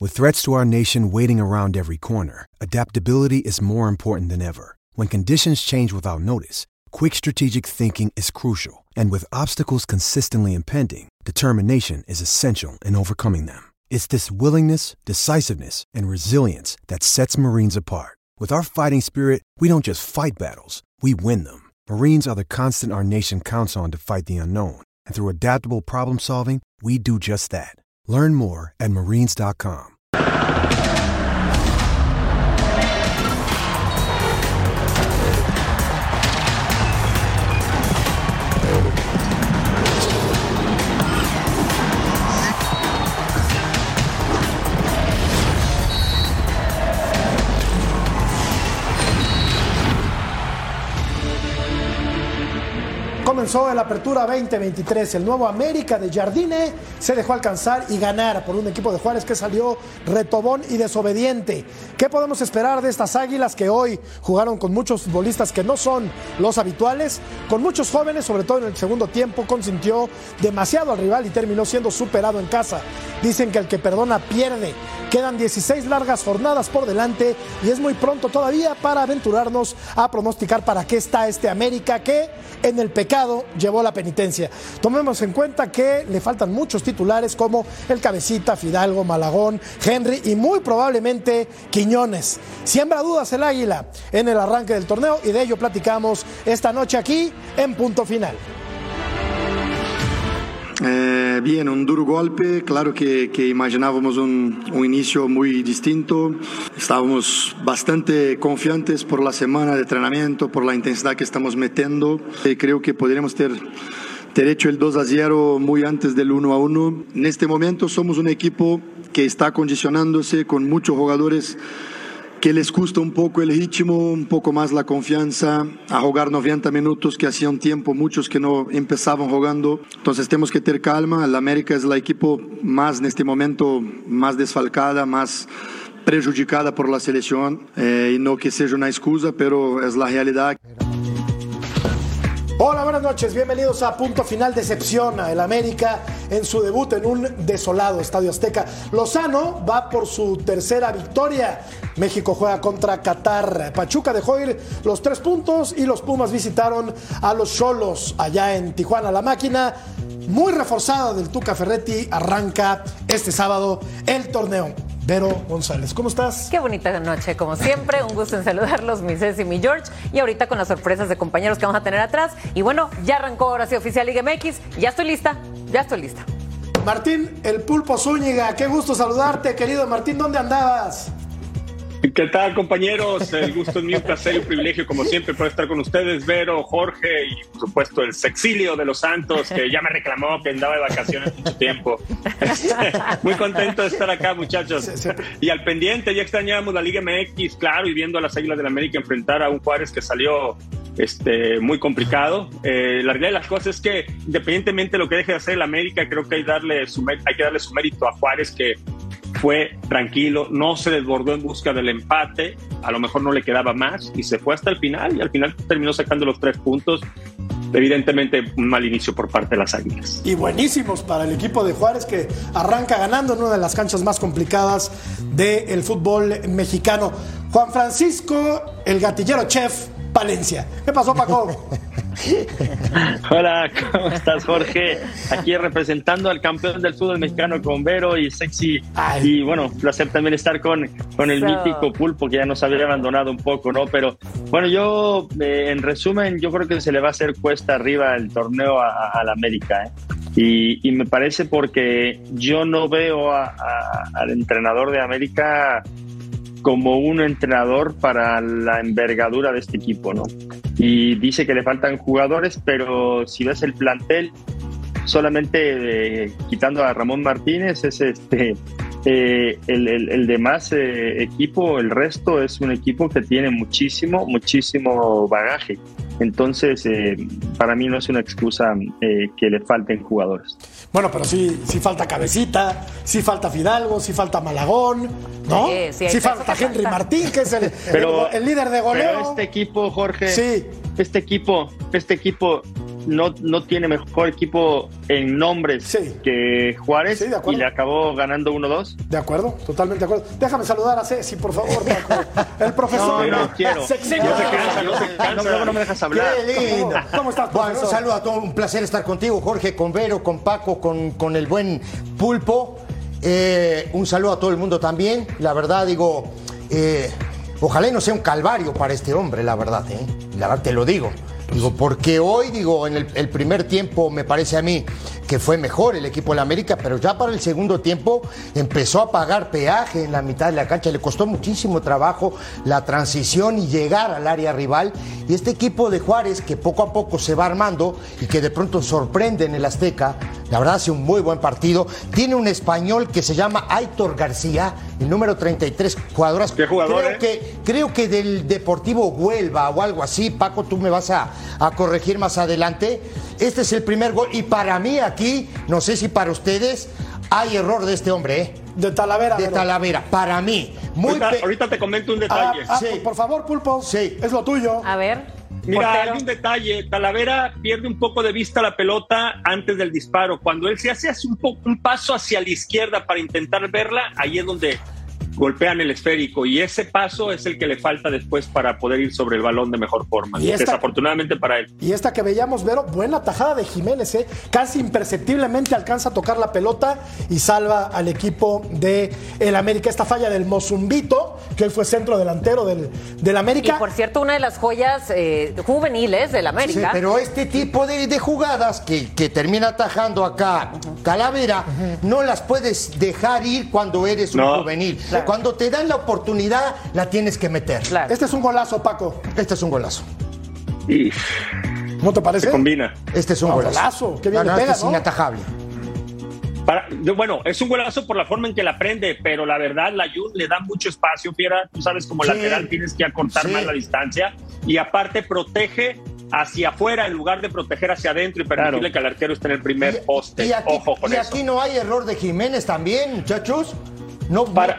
With threats to our nation waiting around every corner, adaptability is more important than ever. When conditions change without notice, quick strategic thinking is crucial. And with obstacles consistently impending, determination is essential in overcoming them. It's this willingness, decisiveness, and resilience that sets Marines apart. With our fighting spirit, we don't just fight battles, we win them. Marines are the constant our nation counts on to fight the unknown. And through adaptable problem solving, we do just that. Learn more at marines.com. Comenzó el Apertura 2023. El nuevo América de Jardine se dejó alcanzar y ganar por un equipo de Juárez que salió retobón y desobediente. ¿Qué podemos esperar de estas Águilas que hoy jugaron con muchos futbolistas que no son los habituales? Con muchos jóvenes, sobre todo en el segundo tiempo, consintió demasiado al rival y terminó siendo superado en casa. Dicen que el que perdona pierde. Quedan 16 largas jornadas por delante y es muy pronto todavía para aventurarnos a pronosticar para qué está este América que en el pecado llevó la penitencia. Tomemos en cuenta que le faltan muchos titulares como el Cabecita, Fidalgo, Malagón, Henry y muy probablemente Quiñones. Siembra dudas el Águila en el arranque del torneo y de ello platicamos esta noche aquí en Punto Final. Bien, un duro golpe, claro que imaginábamos un inicio muy distinto, estábamos bastante confiantes por la semana de entrenamiento, por la intensidad que estamos metiendo, creo que podríamos ter hecho el 2-0 muy antes del 1-1. En este momento somos un equipo que está acondicionándose con muchos jugadores que les gusta un poco el ritmo, un poco más la confianza, a jugar 90 minutos, que hacía un tiempo muchos que no empezaban jugando. Entonces tenemos que tener calma. El América es el equipo más, en este momento, más desfalcada, más prejudicada por la selección. Y no que sea una excusa, pero es la realidad. Hola, buenas noches, bienvenidos a Punto Final. Decepciona el América en su debut en un desolado Estadio Azteca. Lozano va por su tercera victoria. México juega contra Qatar. Pachuca dejó ir los 3 puntos y los Pumas visitaron a los Xolos allá en Tijuana. La máquina muy reforzada del Tuca Ferretti arranca este sábado el torneo. Vero González, ¿cómo estás? Qué bonita noche, como siempre. Un gusto en saludarlos, mi Ceci, mi George. Y ahorita con las sorpresas de compañeros que vamos a tener atrás. Y bueno, ya arrancó ahora sí oficial Liga MX. Ya estoy lista. Martín, el Pulpo Zúñiga, qué gusto saludarte, querido Martín. ¿Dónde andabas? ¿Qué tal, compañeros? El gusto es mío, un placer y un privilegio, como siempre, poder estar con ustedes, Vero, Jorge y, por supuesto, el Sexilio de los Santos, que ya me reclamó que andaba de vacaciones mucho tiempo. Muy contento de estar acá, muchachos. Y al pendiente, ya extrañábamos la Liga MX, claro, y viendo a las Águilas del América enfrentar a un Juárez que salió muy complicado. La realidad de las cosas es que, independientemente de lo que deje de hacer el América, creo que hay que darle su mérito a Juárez, que fue tranquilo, no se desbordó en busca del empate, a lo mejor no le quedaba más y se fue hasta el final, y al final terminó sacando los 3 puntos. Evidentemente un mal inicio por parte de las Águilas. Y buenísimos para el equipo de Juárez, que arranca ganando en una de las canchas más complicadas del fútbol mexicano. Juan Francisco, el gatillero chef Palencia. ¿Qué pasó, Paco? Hola, ¿cómo estás, Jorge? Aquí representando al campeón del fútbol mexicano con Vero y Sexy. Y bueno, placer también estar con el mítico Pulpo, que ya nos había abandonado un poco, ¿no? Pero bueno, yo, en resumen, yo creo que se le va a hacer cuesta arriba el torneo a la América, Y me parece porque yo no veo al entrenador de América como un entrenador para la envergadura de este equipo, ¿no? Y dice que le faltan jugadores, pero si ves el plantel, solamente quitando a Ramón Martínez, es el demás equipo, el resto es un equipo que tiene muchísimo bagaje. Entonces, para mí no es una excusa que le falten jugadores. Bueno, pero sí falta Cabecita, sí falta Fidalgo, sí falta Malagón, ¿no? Sí falta Henry Martín, que es el líder de goleo. Pero este equipo, Jorge, sí. este equipo no tiene mejor equipo en nombres que Juárez, sí, y le acabó ganando 1-2. De acuerdo, totalmente de acuerdo. Déjame saludar a Ceci, por favor, Paco. El profesor. No quiero. No se cansa. No me dejas hablar. Qué lindo. ¿Cómo estás, Bueno, profesor? un saludo a todos, un placer estar contigo, Jorge, con Vero, con Paco, con el buen Pulpo. Un saludo a todo el mundo también. La verdad, ojalá y no sea un calvario para este hombre, la verdad, la verdad te lo digo. Porque hoy, en el primer tiempo me parece a mí que fue mejor el equipo de la América, pero ya para el segundo tiempo empezó a pagar peaje en la mitad de la cancha. Le costó muchísimo trabajo la transición y llegar al área rival. Y este equipo de Juárez, que poco a poco se va armando y que de pronto sorprende en el Azteca, la verdad hace un muy buen partido. Tiene un español que se llama Aitor García, el número 33, jugadoras. ¿Qué jugador? Creo que del Deportivo Huelva o algo así. Paco, tú me vas a corregir más adelante. Este es el primer gol y para mí aquí, no sé si para ustedes, hay error de este hombre, De Talavera. De Talavera, para mí. Ahorita te comento un detalle. Sí. Por favor, Pulpo. Sí. Es lo tuyo. A ver. Mira, portero. hay un detalle. Talavera pierde un poco de vista la pelota antes del disparo. Cuando él se hace un paso hacia la izquierda para intentar verla, ahí es donde golpean el esférico, y ese paso es el que le falta después para poder ir sobre el balón de mejor forma, desafortunadamente para él. Y esta que veíamos, Vero, buena tajada de Jiménez, casi imperceptiblemente alcanza a tocar la pelota y salva al equipo de el América. Esta falla del Mozumbito, que él fue centro delantero del América. Y por cierto, una de las joyas juveniles del América. Sí, pero este tipo de jugadas que termina atajando acá Talavera, no las puedes dejar ir cuando eres un juvenil. Claro. Cuando te dan la oportunidad, la tienes que meter. Claro. Este es un golazo, Paco. Este es un golazo. Y ¿No te parece? se combina. Este es un golazo. Qué bien le pega, este es inatajable. Bueno, es un golazo por la forma en que la prende, pero la verdad la Jun le da mucho espacio, Fiera. Tú sabes, como lateral tienes que acortar más la distancia, y aparte protege hacia afuera en lugar de proteger hacia adentro y permitirle que el arquero esté en el primer poste. Ojo con eso. Y aquí no hay error de Jiménez también, muchachos. Para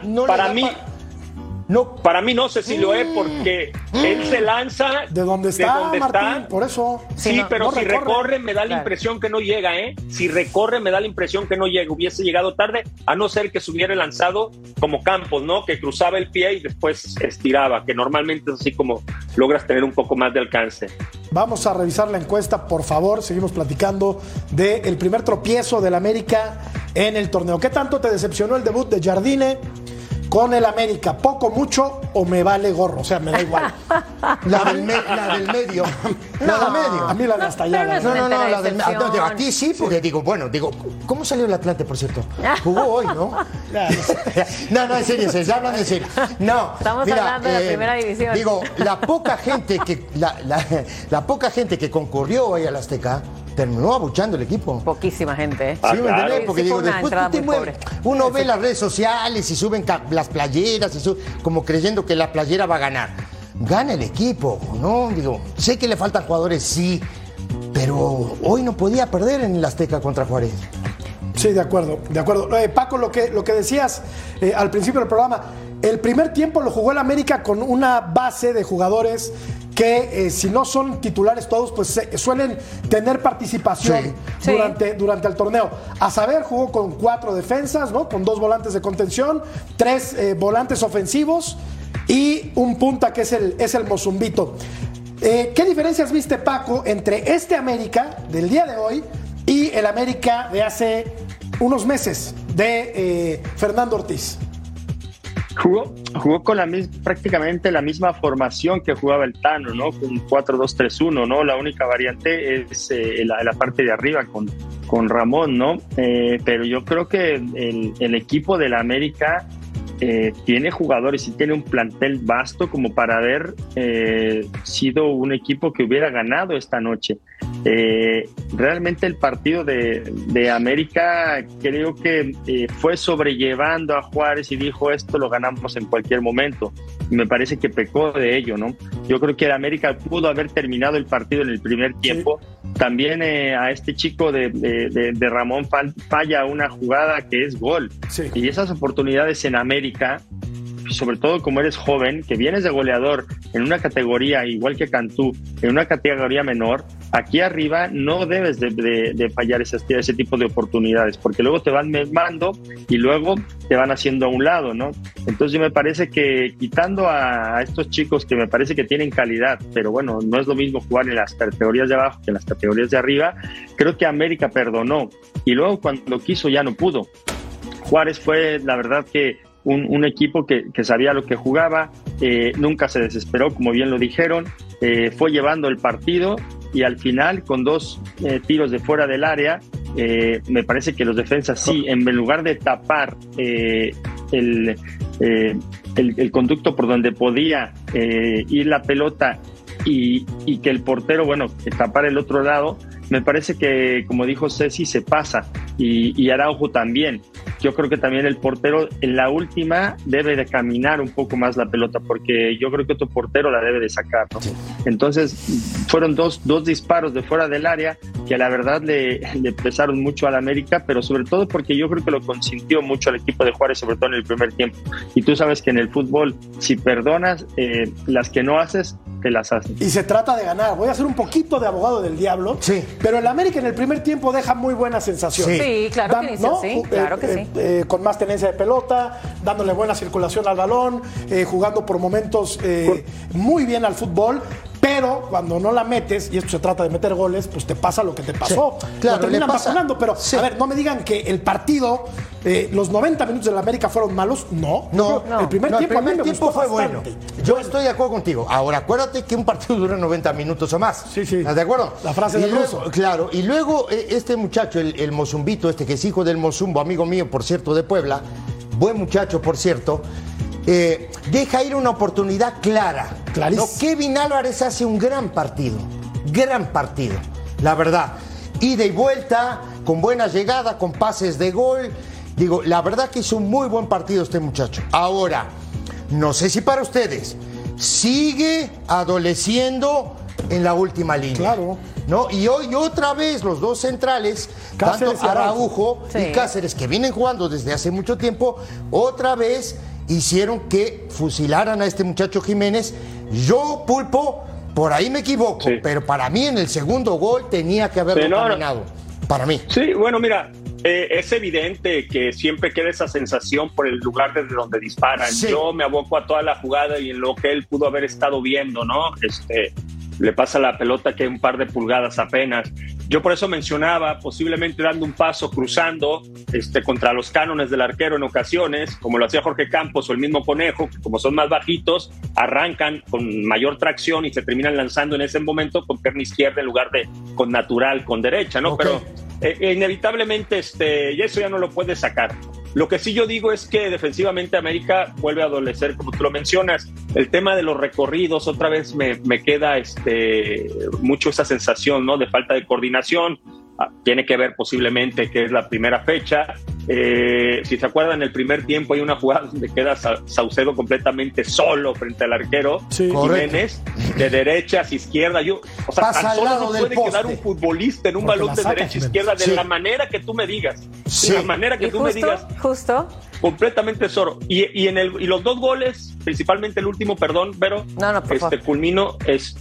mí no sé si lo es, porque él se lanza de donde está, Martín, por eso. Sí, pero si recorre me da la impresión que no llega, Si recorre me da la impresión que no llega. Hubiese llegado tarde, a no ser que se hubiera lanzado como Campos, ¿no? Que cruzaba el pie y después estiraba, que normalmente es así como logras tener un poco más de alcance. Vamos a revisar la encuesta, por favor. Seguimos platicando del primer tropiezo del América en el torneo. ¿Qué tanto te decepcionó el debut de Jardine con el América? ¿Poco, mucho o me vale gorro? O sea, me da igual. La del medio. La del medio. A mí la de hasta allá. No, la del medio. A ti sí, porque digo, ¿cómo salió el Atlante, por cierto? Jugó hoy, ¿no? No, en serio, ya hablan en serio. No. Estamos hablando de la primera división. Digo, la poca gente que concurrió hoy al Azteca terminó abuchando el equipo. Poquísima gente, Sí, ¿me entendés? Porque sí, digo, fue una después entrada tú te muy mueves. pobre. Uno ve las redes sociales y suben las playeras, como creyendo que la playera va a ganar. Gana el equipo, ¿no? Digo, sé que le faltan jugadores, sí, pero hoy no podía perder en el Azteca contra Juárez. Sí, de acuerdo. Paco, lo que decías al principio del programa, el primer tiempo lo jugó el América con una base de jugadores que si no son titulares todos, pues suelen tener participación durante el torneo. A saber, jugó con 4 defensas, ¿no? Con 2 volantes de contención, 3 volantes ofensivos y un punta que es el Mozumbito. ¿Qué diferencias viste, Paco, entre este América del día de hoy y el América de hace unos meses de Fernando Ortiz? Jugó con prácticamente la misma formación que jugaba el Tano, ¿no? Con 4-2-3-1, ¿no? La única variante es la parte de arriba con Ramón, ¿no? Pero yo creo que el equipo de la América tiene jugadores y tiene un plantel vasto como para haber sido un equipo que hubiera ganado esta noche. Realmente el partido de América creo que fue sobrellevando a Juárez y dijo, esto lo ganamos en cualquier momento, y me parece que pecó de ello, ¿no? Yo creo que el América pudo haber terminado el partido en el primer tiempo. También a este chico de Ramón falla una jugada que es gol, y esas oportunidades en América, sobre todo como eres joven, que vienes de goleador en una categoría igual que Cantú, en una categoría menor, aquí arriba no debes de fallar ese tipo de oportunidades, porque luego te van mermando y luego te van haciendo a un lado, ¿no? Entonces me parece que quitando a estos chicos que me parece que tienen calidad, pero bueno, no es lo mismo jugar en las categorías de abajo que en las categorías de arriba, creo que América perdonó y luego cuando quiso ya no pudo. Juárez fue, la verdad, que un equipo que sabía lo que jugaba, nunca se desesperó, como bien lo dijeron, fue llevando el partido y al final, con 2 tiros de fuera del área, me parece que los defensas sí, en lugar de tapar el conducto por donde podía ir la pelota y que el portero, que tapara el otro lado, me parece que, como dijo Ceci, se pasa y Araujo también. Yo creo que también el portero en la última debe de caminar un poco más la pelota, porque yo creo que otro portero la debe de sacar, ¿no? Entonces fueron dos disparos de fuera del área que la verdad le pesaron mucho al América, pero sobre todo porque yo creo que lo consintió mucho al equipo de Juárez, sobre todo en el primer tiempo. Y tú sabes que en el fútbol, si perdonas, las que no haces, te las haces. Y se trata de ganar. Voy a hacer un poquito de abogado del diablo, sí, pero el América en el primer tiempo deja muy buena sensación. Sí, claro que inicia, ¿no? Sí, claro que sí. Con más tenencia de pelota, dándole buena circulación al balón, jugando por momentos muy bien al fútbol, pero cuando no la metes, y esto se trata de meter goles, pues te pasa lo que te pasó. Sí, claro, lo terminan vacunando, pero sí. A ver, no me digan que el partido, los 90 minutos de la América fueron malos. No. El primer tiempo fue bueno. Yo estoy de acuerdo contigo. Ahora, acuérdate que un partido dura 90 minutos o más. Sí. ¿Estás de acuerdo? La frase del ruso. Claro, y luego este muchacho, el Mozumbito, que es hijo del Mozumbo, amigo mío, por cierto, de Puebla, buen muchacho, por cierto, deja ir una oportunidad clara. Clarísimo. No, Kevin Álvarez hace un gran partido, la verdad. Ida y vuelta, con buena llegada, con pases de gol. Digo, la verdad que hizo un muy buen partido este muchacho. Ahora, no sé si para ustedes sigue adoleciendo en la última línea. Claro. ¿No? Y hoy otra vez los 2 centrales, Cáceres tanto Araujo sí, y Cáceres, que vienen jugando desde hace mucho tiempo, otra vez hicieron que fusilaran a este muchacho Jiménez. Yo, Pulpo, por ahí me equivoco, sí, pero para mí en el segundo gol tenía que haberlo caminado. Para mí. Sí, bueno, mira, es evidente que siempre queda esa sensación por el lugar desde donde disparan. Sí. Yo me aboco a toda la jugada y en lo que él pudo haber estado viendo, ¿no? Le pasa la pelota que un par de pulgadas apenas. Yo por eso mencionaba, posiblemente dando un paso, cruzando contra los cánones del arquero en ocasiones, como lo hacía Jorge Campos o el mismo Conejo, que como son más bajitos, arrancan con mayor tracción y se terminan lanzando en ese momento con pierna izquierda en lugar de con natural, con derecha, ¿no? Okay. Pero inevitablemente y eso ya no lo puedes sacar. Lo que sí yo digo es que defensivamente América vuelve a adolecer, como tú lo mencionas. El tema de los recorridos, otra vez me queda mucho esa sensación, ¿no?, de falta de coordinación. Tiene que ver posiblemente que es la primera fecha. Si se acuerdan, en el primer tiempo hay una jugada donde queda Saucedo completamente solo frente al arquero, sí, Jiménez, de derecha hacia izquierda. Pasa tan al solo lado no del puede poste. quedar un futbolista en un Porque balón la de saca derecha a Jiménez. izquierda de Sí. la manera que tú me digas. Sí. De la manera que Y tú me digas. justo. Completamente solo. Y los 2 goles, principalmente el último, perdón, pero No, por favor. culmino,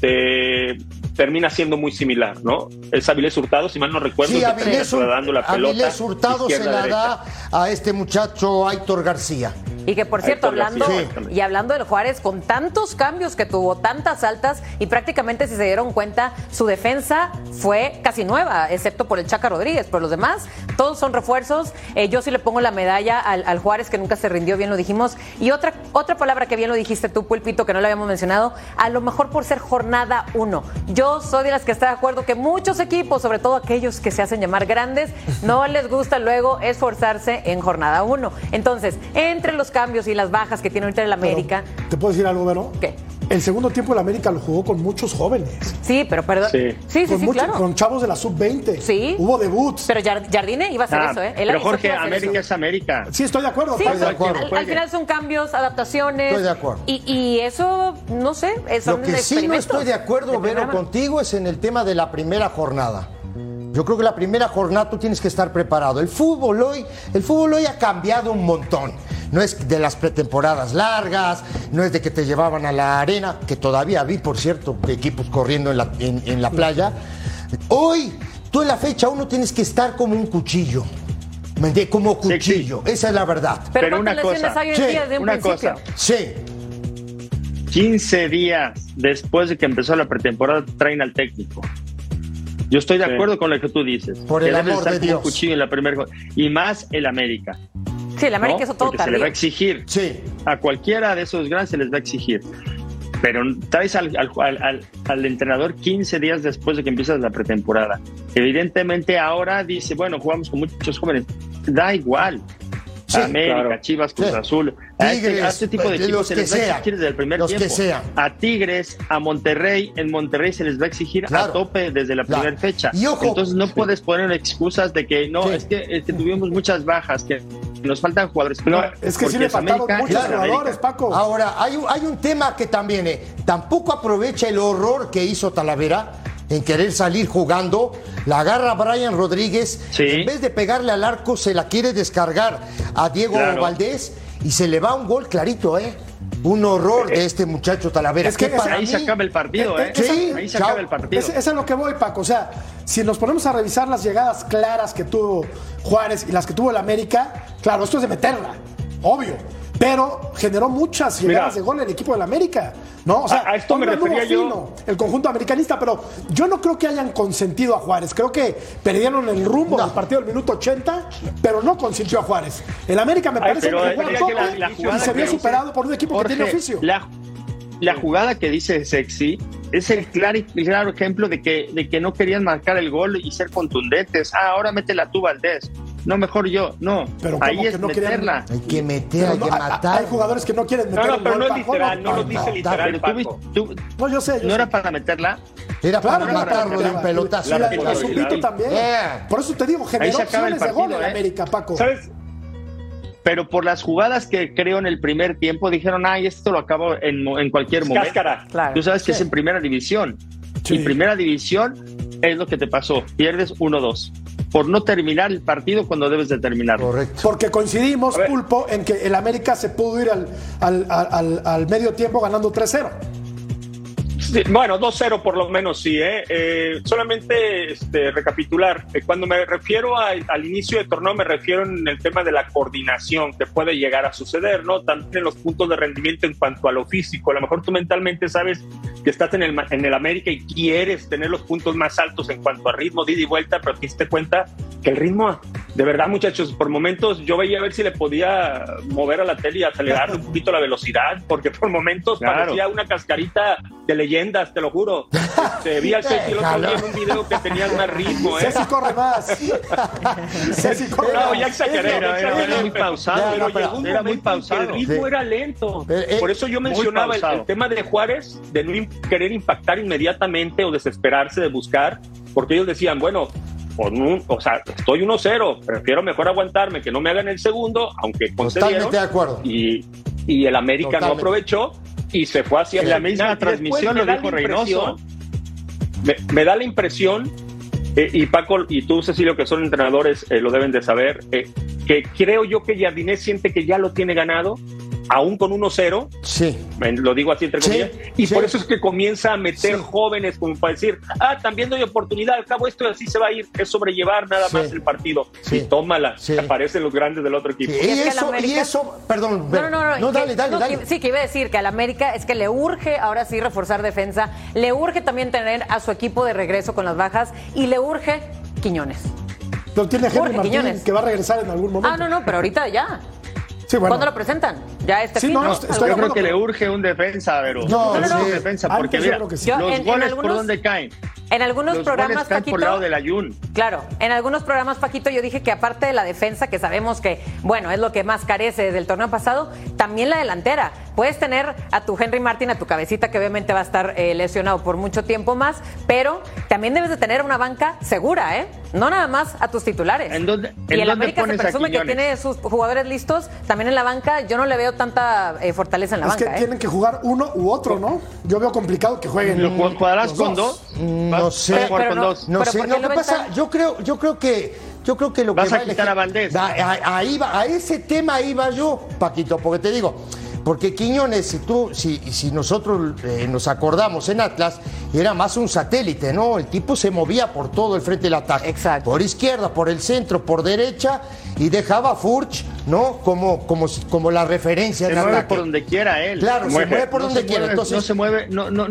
termina siendo muy similar, ¿no? Es Avilés Hurtado, si mal no recuerdo, Sí, que termina trasladando la pelota. Avilés Hurtado se la da a este muchacho Aitor García. Y que por cierto, Ahí está, hablando, sí. y hablando del Juárez, con tantos cambios que tuvo, tantas altas, y prácticamente, si se dieron cuenta, su defensa fue casi nueva, excepto por el Chaca Rodríguez, pero los demás, todos son refuerzos. Yo sí le pongo la medalla al Juárez, que nunca se rindió, bien lo dijimos. Y otra palabra que bien lo dijiste tú, Pulpito, que no lo habíamos mencionado, a lo mejor por ser jornada 1. Yo soy de las que está de acuerdo que muchos equipos, sobre todo aquellos que se hacen llamar grandes, no les gusta luego esforzarse en jornada 1. Entonces, entre los cambios y las bajas que tiene ahorita el América. Pero, ¿te puedo decir algo, Vero? ¿Qué? El segundo tiempo el América lo jugó con muchos jóvenes. Sí, pero perdón. Sí, claro. Con chavos de la sub-20. Sí. Hubo debuts. Pero Jardine iba a hacer eso, ¿eh? Él Pero avisó que Jorge, iba a hacer América eso. es América. Sí, estoy de acuerdo. Sí, estoy de acuerdo. al final son cambios, adaptaciones. Estoy de acuerdo. Y eso, no sé, son Lo que sí no experimentos estoy de acuerdo, Vero, programa. contigo es en el tema de la primera jornada. Yo creo que la primera jornada tú tienes que estar preparado. El fútbol hoy ha cambiado un montón. No es de las pretemporadas largas, no es de que te llevaban a la arena, que todavía vi, por cierto, equipos corriendo en la playa. Hoy, tú en la fecha 1 tienes que estar como un cuchillo. ¿Me entiendes? Como cuchillo. Esa es la verdad. Pero una ¿cuántas lesiones cosa, hay hoy en día desde un principio? Sí. 15 días después de que empezó la pretemporada traen al técnico. Yo estoy de acuerdo con lo que tú dices. Por el que debe amor estar de como Dios. un cuchillo en la primera, y más el América. Sí, el América ¿no? hizo todo Porque se le va a tardío. exigir. Sí. A cualquiera de esos grandes se les va a exigir. Pero traes al entrenador 15 días después de que empiezas la pretemporada. Evidentemente ahora dice, bueno, jugamos con muchos jóvenes. Da igual. Sí, América, claro. Chivas, Cruz Sí. Azul. Tigres, a este tipo de los equipos se que les va a sean. exigir desde el primer Los tiempo. que sean. A Tigres, a Monterrey, en Monterrey se les va a exigir Claro. a tope desde la Claro. primera fecha. Y ojo. Entonces no puedes poner excusas de que no, Sí. es que tuvimos muchas bajas, que nos faltan jugadores. No, Es que sí porque le es faltaron América, muchos es América. jugadores, Paco. Ahora, hay un tema que también tampoco aprovecha el horror que hizo Talavera en querer salir jugando. La agarra a Brian Rodríguez. Sí. En vez de pegarle al arco, se la quiere descargar a Diego Claro. Valdés y se le va un gol clarito, Un horror de este muchacho Talavera. Es que para Ahí se mí- acaba el partido, Sí, ahí se chao. acaba el partido. Es a lo que voy, Paco. O sea, si nos ponemos a revisar las llegadas claras que tuvo Juárez y las que tuvo el América, claro, esto es de meterla, obvio. Pero generó muchas llegadas Mira. de gol el equipo del América, ¿no? O sea, A esto me hoy anduvo refería yo. fino el conjunto americanista, pero yo no creo que hayan consentido a Juárez. Creo que perdieron el rumbo No. del partido del minuto 80, pero no consintió a Juárez. El América me parece pero que jugó diría a que tope la y jugada se vio que superado por un equipo que tiene Jorge, oficio. La jugada que dice Sexy es el claro ejemplo de que no querían marcar el gol y ser contundentes. Ahora métela tú, Valdés. No, mejor yo. No, Pero ¿cómo ahí que es no querían? meterla. Hay que meter, Pero hay no, que matar. hay jugadores que no quieren meter No, el pero gol, no es Paco, literal, no lo dice no, literal, Pero Paco. No, yo sé. ¿No era para meterla? Era Claro, para matarlo de un pelotazo. Y la claro, de Zupito claro. también. Yeah. Por eso te digo, generó se acaba el opciones de gol partido, en América, Paco. ¿Sabes? Pero por las jugadas que creo en el primer tiempo, dijeron, ay, esto lo acabo en cualquier momento. Cáscara. Claro. Tú sabes que es en primera división. Sí. Y primera división es lo que te pasó. Pierdes 1-2 por no terminar el partido cuando debes de terminarlo. Correcto. Porque coincidimos, A ver. Pulpo, en que el América se pudo ir al medio tiempo ganando 3-0. Sí, bueno, 2-0 por lo menos, sí. Solamente recapitular. Cuando me refiero al inicio del torneo, me refiero en el tema de la coordinación que puede llegar a suceder, ¿no? También en los puntos de rendimiento en cuanto a lo físico. A lo mejor tú mentalmente sabes que estás en el América y quieres tener los puntos más altos en cuanto a ritmo, de ida y vuelta, pero te diste cuenta que el ritmo, de verdad, muchachos, por momentos yo veía a ver si le podía mover a la tele y acelerarle un poquito la velocidad, porque por momentos Claro. parecía una cascarita de leyendas, te lo juro. Vi al Ceci el otro día en un video que tenía más ritmo, ¿eh? Ceci corre más. Ceci corre No, más. ya exageré. Era muy pausado. Pero pero llegó un era muy momento en que pausado. el ritmo Sí. era lento. Eh, Por eso yo muy mencionaba pausado. el tema de Juárez, de no querer impactar inmediatamente o desesperarse de buscar, porque ellos decían, bueno, estoy 1-0, prefiero mejor aguantarme, que no me hagan el segundo, aunque concedieron. Totalmente de acuerdo. Y el América no Totalmente. aprovechó y se fue hacia En la el misma final. Y transmisión después lo me da dijo la Reynoso. impresión- Me da la impresión, y Paco y tú, Cecilio, que son entrenadores, lo deben de saber, que creo yo que Jardiné siente que ya lo tiene ganado, aún con 1-0, Sí. lo digo así entre Sí, comillas, y sí. por eso es que comienza a meter Sí. jóvenes como para decir, también doy oportunidad, al cabo esto así se va a ir, es sobrellevar nada Sí. más el partido, Sí. y tómala, Sí. aparecen los grandes del otro equipo. Sí, Es que y el eso, América- perdón. No, dale. Sí, que iba a decir que al América es que le urge ahora sí reforzar defensa, le urge también tener a su equipo de regreso con las bajas y le urge Quiñones. Pero tiene Henry Jorge Martín Quiñones. que va a regresar en algún momento. No, pero ahorita ya. Sí, bueno. ¿Cuándo lo presentan? Ya este Sí, fin. no, ¿no? estoy de Yo creo acuerdo, que le pero- urge un defensa, pero No, no. un defensa, Antes porque yo mira, creo que sí. Yo, los en goles algunos- por dónde caen. En algunos Los programas, goles caen Paquito, por el lado del Ayun. claro, en algunos programas, Paquito, yo dije que aparte de la defensa, que sabemos que, bueno, es lo que más carece del torneo pasado, también la delantera. Puedes tener a tu Henry Martin, a tu cabecita, que obviamente va a estar lesionado por mucho tiempo más, pero también debes de tener una banca segura, ¿eh? No nada más a tus titulares. ¿En dónde- y en el dónde América se pones a presume que Quiñones? tiene sus jugadores listos, también en la banca, yo no le veo tanta fortaleza en la Es que banca, ¿eh? tienen que jugar uno u otro, ¿no? Yo veo complicado que jueguen. ¿Lo jugarás los con dos. dos? No ¿Vas sé. a jugar Pero con no- dos? No ¿Pero sé, por qué lo lo que ven pasa, tan- yo creo que lo Vas que a va quitar a Valdés. Ahí va, a ese tema iba yo, Paquito, porque te digo, Porque Quiñones, si nosotros nos acordamos en Atlas, era más un satélite, ¿no? El tipo se movía por todo el frente del ataque. Exacto. Por izquierda, por el centro, por derecha, y dejaba a Furch, ¿no? Como la referencia se en mueve ataque. por donde quiera él. Claro, se mueve por donde quiera. Entonces, no se mueve,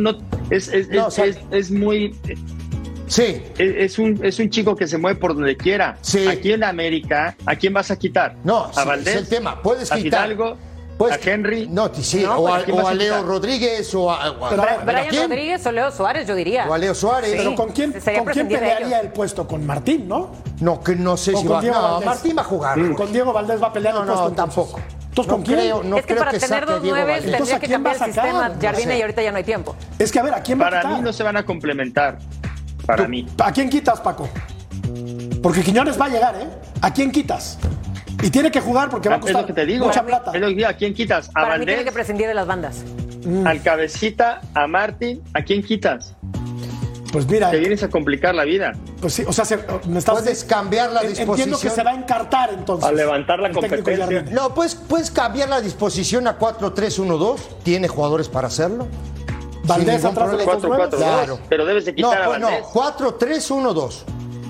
es muy... Sí. Es un chico que se mueve por donde quiera. Sí. Aquí en América, ¿a quién vas a quitar? No, a Valdés, es el tema. Puedes a quitar. Fidalgo, Pues, a Henry. No, sí, No, o pues, a, ¿quién vas o a a Leo quitar? Rodríguez o a Brian ¿quién? Rodríguez o Leo Suárez, yo diría. O a Leo Suárez. Sí. Pero ¿con quién Sería prescindir de pelearía ellos. el puesto? ¿Con Martín, no? No, que no sé O si con va. Diego No, Valdés. Martín va a jugar. Con Diego Valdés va a pelear el puesto. No, entonces. tampoco. Entonces, ¿con quién? No Es que creo para tener saque a dos Diego nueves Valdés. Entonces, tendría ¿a que quién va cambiar a el sacar? sistema. No Jardine sé. y ahorita ya no hay tiempo. Es que, a ver, ¿a quién va a Para quitar? mí no se van a complementar. Para mí. ¿A quién quitas, Paco? Porque Quiñones va a llegar, ¿eh? ¿A quién quitas? Y tiene que jugar porque va a Es costar lo que te digo. mucha plata. Es lo que digo. ¿A quién quitas? ¿A Para mí tiene Valdés? que prescindir de las bandas. ¿Al Cabecita? ¿A Martín? ¿A quién quitas? Pues mira, Te vienes a complicar la vida. pues sí, o sea, me estás... Puedes cambiar la Entiendo disposición. que se va a encartar entonces. A levantar la el técnico competencia. Jardine. No, puedes cambiar la disposición a 4-3-1-2. Tiene jugadores para hacerlo. Valdés Sin ningún atrás de los problema. 2 nuevos. 4-4-2. Claro. Pero debes de quitar a No, Valdés. 4-3-1-2.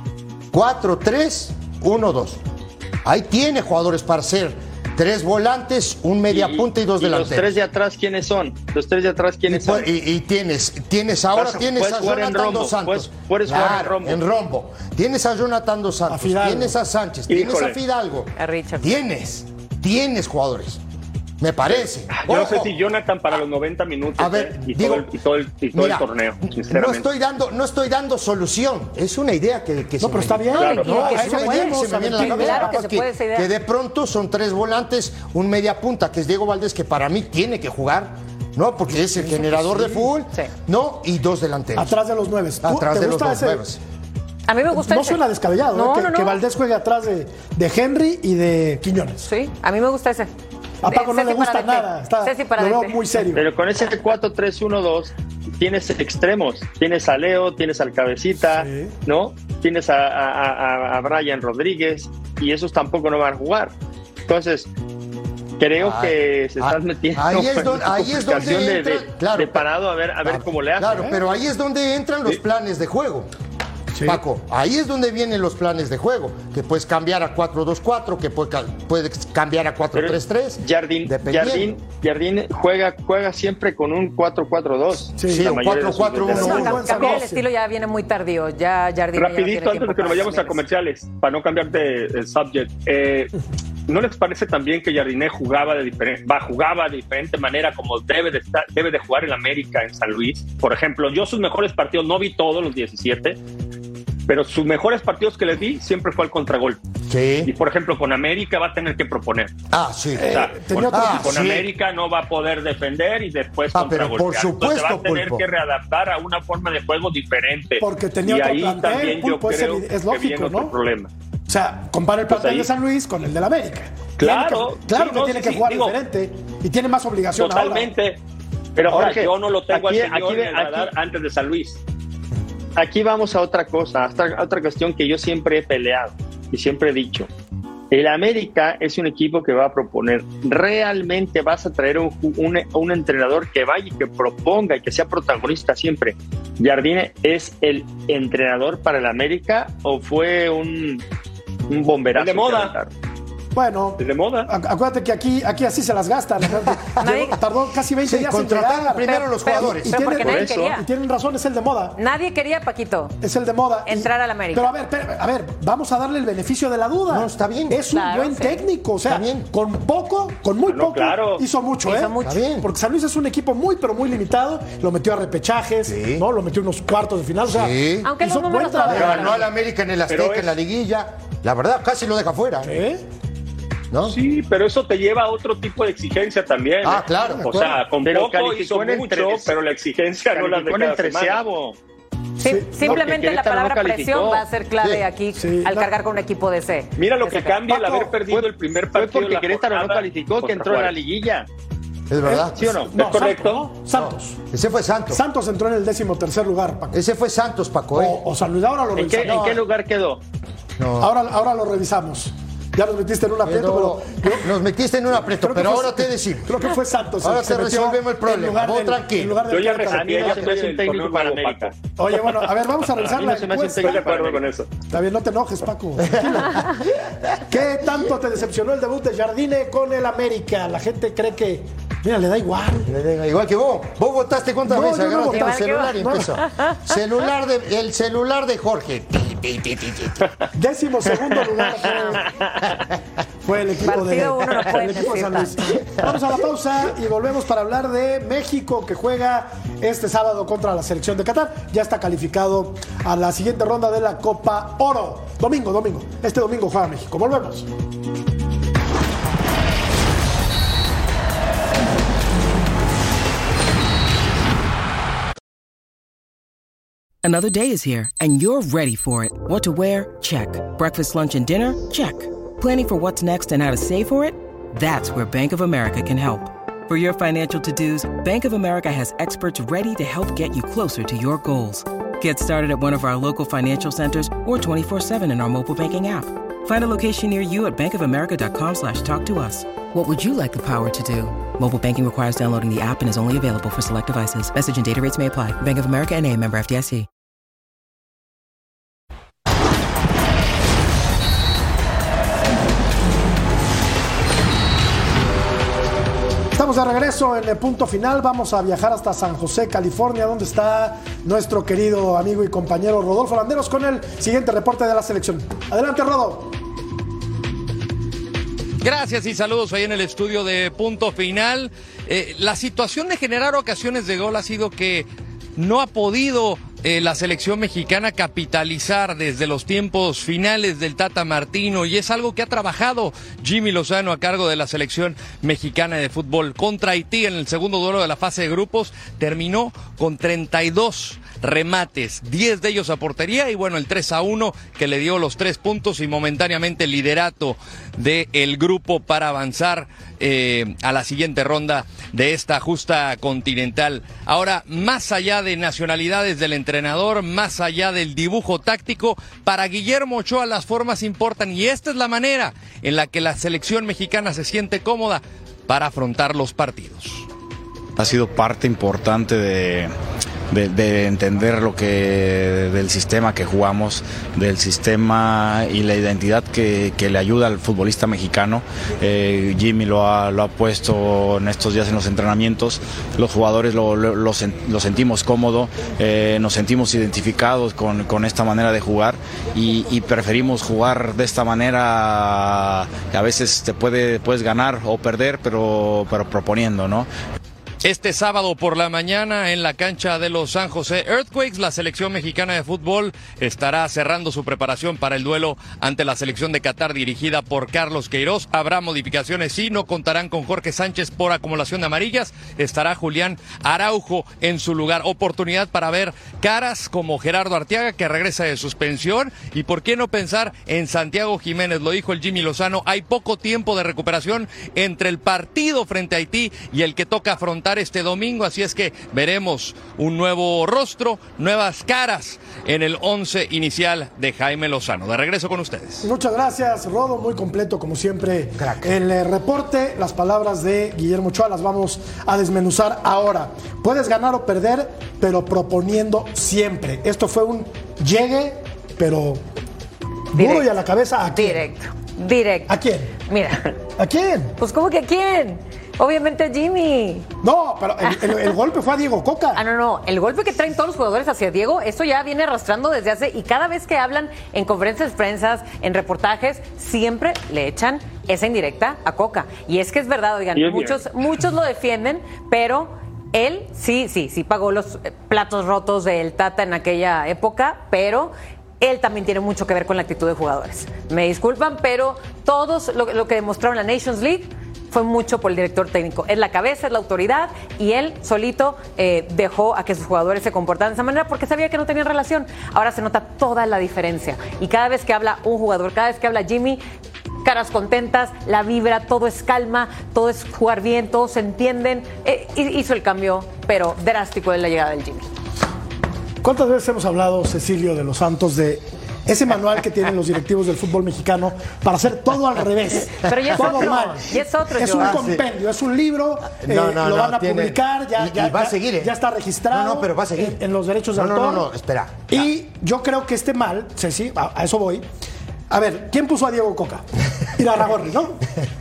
4-3-1-2. Ahí tiene jugadores para hacer 3 volantes, un media punta y 2 Los delanteros. 3 de atrás, ¿quiénes son? Los 3 de atrás, ¿quiénes son? Y tienes ahora Puedes a jugar en Jonathan rombo, Dos Santos. puedes jugar en Claro, rombo. en rombo. Tienes a Jonathan Dos Santos, Fidalgo. tienes a Sánchez, tienes Híjole. a Fidalgo. A Richard. Tienes jugadores. Me parece. Yo no sé Ojo. si Jonathan para los 90 minutos A ver, y digo, todo el mira, torneo, no sinceramente. estoy dando solución. Es una idea que se No, pero me- está bien. Claro. No, Que es se una puede, idea que se me viene a la sí, cabeza. claro que Capaz se puede esa idea. que de pronto son 3 volantes, un media punta, que es Diego Valdés, que para mí tiene que jugar, ¿no? Porque es el generador de fútbol, Sí. ¿no? Y 2 delanteros. Atrás de los 9. Atrás de los 2 nuevos. A mí me gusta No ese. suena descabellado, No, ¿eh? no, no. Que Valdés juegue atrás de Henry y de Quiñones. Sí, a mí me gusta ese. A Paco no Ceci le gusta Paradete. nada. Ceci Lo Paradete. veo muy serio. Pero con ese 4-3-1-2 tienes extremos. Tienes a Leo, tienes al Cabecita, Sí. ¿no? Tienes a Brian Rodríguez y esos tampoco no van a jugar. Entonces, creo que se están metiendo ahí es en donde, una ahí es complicación donde de entra, claro, de parado a ver cómo le hacen. Claro, pero ahí es donde entran los planes de juego. Paco, ahí es donde vienen los planes de juego, que puedes cambiar a 4-2-4, que puedes cambiar a 4-3-3. Jardín juega siempre con un 4-4-2. Sí, La un mayoría de sus 4-4-1. veces. Muy No, buen cambiar el salón. estilo ya viene muy tardío. Ya Jardine ya no Rapidito, tiene antes de tiempo que nos para vayamos a cambiar eso. comerciales, para no cambiar de subject, ¿no les parece también que Jardine jugaba de diferente manera como debe de jugar en América, en San Luis? Por ejemplo, yo sus mejores partidos, no vi todos los 17, pero sus mejores partidos que les vi siempre fue al contragolpe. Y Sí. por ejemplo, con América va a tener que proponer. Sí. O sea, tenía otro tipo. con sí. América no va a poder defender y después Pero contragolpear. por supuesto, Entonces va a tener Pulpo. que readaptar a una forma de juego diferente. Porque tenía y otro ahí plantel, también yo Pulpo, creo es que lógico, viene otro ¿no? problema. O sea, compara el plantel ahí- de San Luis con el del América. Claro, Claro sí, que no, tiene sí, que jugar digo, diferente y tiene más obligación Totalmente. Pero ahora Jorge, yo no lo tengo aquí- al señor aquí- en el radar aquí- antes de San Luis. Aquí vamos a otra cosa, a otra cuestión que yo siempre he peleado y siempre he dicho. El América es un equipo que va a proponer. Realmente vas a traer un entrenador que vaya y que proponga y que sea protagonista siempre. ¿Jardine es el entrenador para el América o fue un bomberazo? De moda. que aventaron? Bueno, ¿Es de moda? acuérdate que aquí así se las gastan. Tardó casi 20 Sí, días en contrataron llegar. primero los jugadores. Pero porque nadie Por eso. quería. Y tienen razón, es el de moda. Nadie quería, Paquito. Es el de moda. Entrar al América. Pero a ver, vamos a darle el beneficio de la duda. No, está bien. Es un Claro, buen sí. técnico. O sea, Está bien. con muy No, poco, claro. hizo mucho, Hizo ¿eh? mucho. Está bien. Porque San Luis es un equipo muy, pero muy limitado. Lo metió a repechajes, Sí. ¿no? Lo metió en unos cuartos de final. O sea, Sí. Aunque hizo los números buen trabajo. no Le ganó al América en el Azteca, Pero es- en la liguilla. La verdad, casi lo deja fuera. ¿Eh? ¿No? Sí, pero eso te lleva a otro tipo de exigencia también. Ah, claro, de O sea, con Pero poco calificó hizo en el mucho, tres- pero la exigencia no la de Calificó en cada el semana. 13avo. Simplemente la Querétaro no palabra calificó. presión va a ser clave Sí, aquí sí. al cargar con un equipo de C. Mira lo de que ese cambia el Paco, haber perdido el primer Fue partido. de porque la Querétaro no jornada calificó, que contra entró en la Juárez. liguilla. Es verdad. ¿Sí o no? No, ¿Es correcto? Santos, ¿no? Santos. Ese fue Santos. Santos entró en el 13º lugar, Paco. Ese fue Santos, Paco. O San Luis, ahora lo ¿En qué revisamos. lugar quedó? No. Ahora lo revisamos. Ya nos metiste en un aprieto, pero nos metiste en un aprieto, pero ahora te decimos. Creo que fue Santos. Ahora te resolvemos el problema. Vos tranquilo. Yo ya me sentí, no se me hace un técnico para América. Oye, bueno, a ver, vamos a revisar la encuesta. Estoy de acuerdo con eso. Está bien, no te enojes, Paco. ¿Qué tanto te decepcionó el debut de Jardine con el América? La gente cree que, mira, le da igual. Igual que vos. ¿Vos votaste cuántas veces? Agarraste el celular y empezó. El celular de Jorge. 12º lugar fue el equipo de San Luis. Vamos a la pausa y volvemos para hablar de México, que juega este sábado contra la selección de Qatar. Ya está calificado a la siguiente ronda de la Copa Oro. Domingo. Este domingo juega México. Volvemos. Another day is here, and you're ready for it. What to wear? Check. Breakfast, lunch, and dinner? Check. Planning for what's next and how to save for it? That's where Bank of America can help. For your financial to-dos, Bank of America has experts ready to help get you closer to your goals. Get started at one of our local financial centers or 24/7 in our mobile banking app. Find a location near you at bankofamerica.com/talktous. What would you like the power to do? Mobile banking requires downloading the app and is only available for select devices. Message and data rates may apply. Bank of America N.A., member FDIC. Estamos de regreso en el punto final. Vamos a viajar hasta San José, California, donde está nuestro querido amigo y compañero Rodolfo Landeros con el siguiente reporte de la selección. Adelante, Rodo. Gracias y saludos ahí en el estudio de Punto Final. La situación de generar ocasiones de gol ha sido que no ha podido la selección mexicana capitalizar desde los tiempos finales del Tata Martino, y es algo que ha trabajado Jimmy Lozano a cargo de la selección mexicana de fútbol. Contra Haití en el segundo duelo de la fase de grupos terminó con 32 remates, 10 de ellos a portería, y bueno, el 3-1 que le dio los 3 puntos y momentáneamente el liderato del grupo para avanzar a la siguiente ronda de esta justa continental. Ahora, más allá de nacionalidades del entrenador, más allá del dibujo táctico, para Guillermo Ochoa las formas importan, y esta es la manera en la que la selección mexicana se siente cómoda para afrontar los partidos. Ha sido parte importante de entender lo que del sistema que jugamos, del sistema y la identidad que le ayuda al futbolista mexicano. Jimmy lo ha puesto en estos días en los entrenamientos. Los jugadores lo sentimos cómodo, nos sentimos identificados con esta manera de jugar, y preferimos jugar de esta manera. A veces puedes ganar o perder, pero proponiendo, ¿no? Este sábado por la mañana en la cancha de los San José Earthquakes, la selección mexicana de fútbol estará cerrando su preparación para el duelo ante la selección de Qatar dirigida por Carlos Queiroz. Habrá modificaciones, sí, no contarán con Jorge Sánchez por acumulación de amarillas, estará Julián Araujo en su lugar. Oportunidad para ver caras como Gerardo Arteaga, que regresa de suspensión, y por qué no pensar en Santiago Jiménez. Lo dijo el Jimmy Lozano, hay poco tiempo de recuperación entre el partido frente a Haití y el que toca afrontar este domingo, así es que veremos un nuevo rostro, nuevas caras en el 11 inicial de Jaime Lozano. De regreso con ustedes. Muchas gracias, Rodo, muy completo como siempre. Crack. El reporte, las palabras de Guillermo Ochoa las vamos a desmenuzar ahora. Puedes ganar o perder, pero proponiendo siempre. Esto fue un llegue, pero duro y a la cabeza. ¿A quién? Directo. ¿A quién? Mira. ¿A quién? Pues, ¿cómo que a quién? Obviamente Jimmy. No, pero el golpe fue a Diego Coca. No. El golpe que traen todos los jugadores hacia Diego, eso ya viene arrastrando desde hace... Y cada vez que hablan en conferencias de prensa, en reportajes, siempre le echan esa indirecta a Coca. Y es que es verdad, oigan, muchos lo defienden, pero él sí pagó los platos rotos del Tata en aquella época, pero... él también tiene mucho que ver con la actitud de jugadores. Me disculpan, pero todos lo que demostraron en la Nations League fue mucho por el director técnico. Es la cabeza, es la autoridad, y él solito dejó a que sus jugadores se comportaran de esa manera porque sabía que no tenían relación. Ahora se nota toda la diferencia. Y cada vez que habla un jugador, cada vez que habla Jimmy, caras contentas, la vibra, todo es calma, todo es jugar bien, todos se entienden. Hizo el cambio, pero drástico, de la llegada del Jimmy. ¿Cuántas veces hemos hablado, Cecilio de los Santos, de ese manual que tienen los directivos del fútbol mexicano para hacer todo al revés. Pero ya es todo otro, mal. ya es otro. Es un compendio, es un libro, lo van a publicar, ya va a seguir, ya está registrado pero va a seguir. En los derechos de autor. No, espera. Y yo creo que este mal, Ceci, a eso voy. A ver, ¿quién puso a Diego Coca? Irarrágorri, ¿no?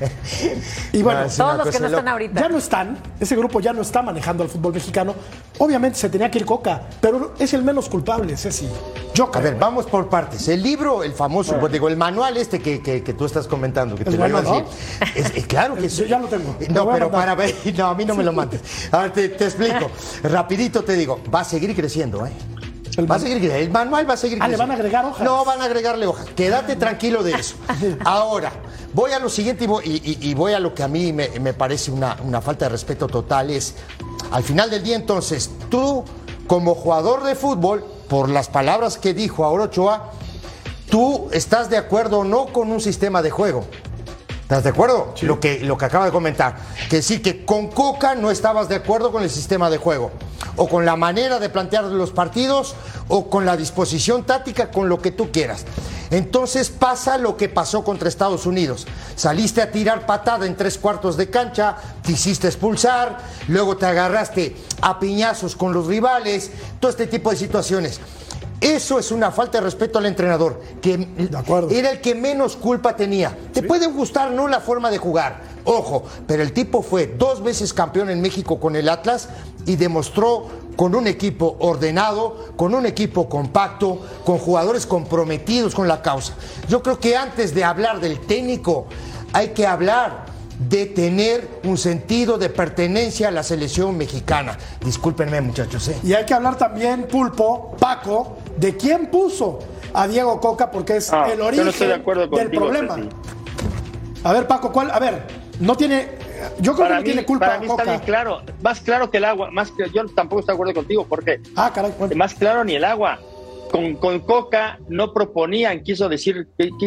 Y bueno, todos los que no están ahorita. Ya no están, ese grupo ya no está manejando al fútbol mexicano. Obviamente se tenía que ir Coca, pero es el menos culpable, Ceci. Yo creo. A ver, vamos por partes. El libro, el famoso, el manual que tú estás comentando, que te lo iba a decir. Claro que sí. Yo ya lo tengo. No, pero para ver, no, a mí no me lo mandes. A ver, te explico. Rapidito te digo, va a seguir creciendo, ¿eh? Va a seguir creciendo. El manual va a seguir creciendo. ¿Le van a agregar hojas? No, van a agregarle hojas. Quédate tranquilo de eso. Ahora, voy a lo siguiente y voy a lo que a mí me parece una falta de respeto total. Es, al final del día, entonces, tú, como jugador de fútbol, por las palabras que dijo ahora Ochoa, ¿tú estás de acuerdo o no con un sistema de juego? ¿Estás de acuerdo? Sí. Lo que acaba de comentar. Que sí, que con Coca no estabas de acuerdo con el sistema de juego. O con la manera de plantear los partidos, o con la disposición táctica, con lo que tú quieras. Entonces pasa lo que pasó contra Estados Unidos. Saliste a tirar patada en 3/4 de cancha, te hiciste expulsar, luego te agarraste a piñazos con los rivales, todo este tipo de situaciones. Eso es una falta de respeto al entrenador, que era el que menos culpa tenía. Te puede gustar no la forma de jugar, ojo, pero el tipo fue 2 veces campeón en México con el Atlas y demostró con un equipo ordenado, con un equipo compacto, con jugadores comprometidos con la causa. Yo creo que antes de hablar del técnico hay que hablar de tener un sentido de pertenencia a la selección mexicana. Discúlpenme, muchachos. Y hay que hablar también, Pulpo, Paco, de quién puso a Diego Coca, porque es el origen del problema. Ceci. A ver, Paco, ¿cuál? A ver, no tiene... Yo creo que no tiene culpa. Para mí Coca. está bien claro, más claro que el agua. Yo tampoco estoy de acuerdo contigo, porque más claro ni el agua. Con Coca no proponían, quiso decir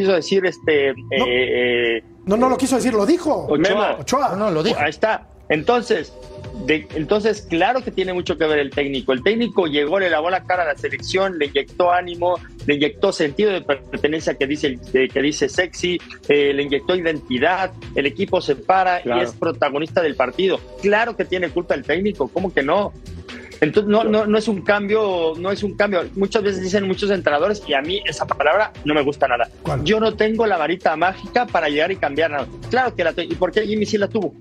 No lo quiso decir, lo dijo. Ochoa. No, lo dijo. Ahí está. Entonces, claro que tiene mucho que ver el técnico. El técnico llegó, le lavó la cara a la selección, le inyectó ánimo, le inyectó sentido de pertenencia que dice Sexy, le inyectó identidad, el equipo se para y es protagonista del partido. Claro que tiene culpa el técnico, ¿cómo que no? Entonces no es un cambio, Muchas veces dicen muchos entrenadores y a mí esa palabra no me gusta nada. ¿Cuál? Yo no tengo la varita mágica para llegar y cambiar nada. Claro que la tengo. ¿Y por qué Jimmy sí la tuvo?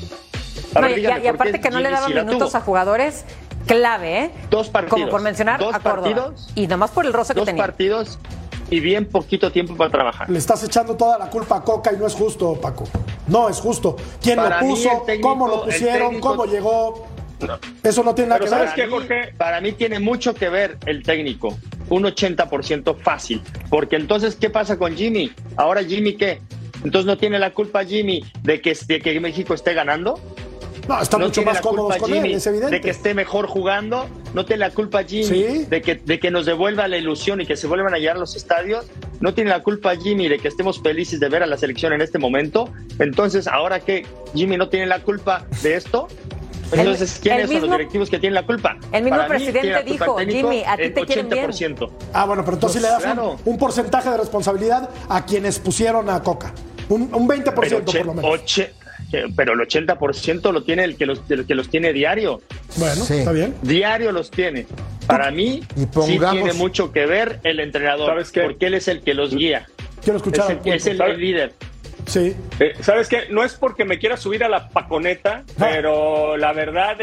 Y aparte que no le daban minutos a jugadores clave, 2 partidos. Como por mencionar a Córdoba. Y nomás por el roce que tenía. 2 partidos y bien poquito tiempo para trabajar. Le estás echando toda la culpa a Coca y no es justo, Paco. No es justo. ¿Quién lo puso? ¿Cómo lo pusieron? ¿Cómo llegó? No. Eso no tiene nada que ver. ¿Sabes qué, Jorge? Para mí tiene mucho que ver el técnico. Un 80% fácil. Porque entonces, ¿qué pasa con Jimmy? Ahora, ¿Jimmy qué? Entonces, ¿no tiene la culpa Jimmy de que México esté ganando? No, está mucho más cómodo con Jimmy, él, es evidente. De que esté mejor jugando. No tiene la culpa Jimmy de que nos devuelva la ilusión y que se vuelvan a llegar a los estadios. No tiene la culpa Jimmy de que estemos felices de ver a la selección en este momento. Entonces, ¿ahora qué? ¿Jimmy no tiene la culpa de esto? Entonces, ¿quiénes son los directivos que tienen la culpa? El mismo presidente dijo, Jimmy, a ti te quieren bien. Bueno, pero entonces le das un porcentaje de responsabilidad a quienes pusieron a Coca. Un 20% por lo menos. Pero el 80% lo tiene el que los tiene diario. Bueno, está bien. Diario los tiene. Para mí, sí tiene mucho que ver el entrenador. ¿Sabes qué? Porque él es el que los guía. Quiero escuchar. Es el líder. Sí. ¿Sabes qué? No es porque me quiera subir a la paconeta, pero la verdad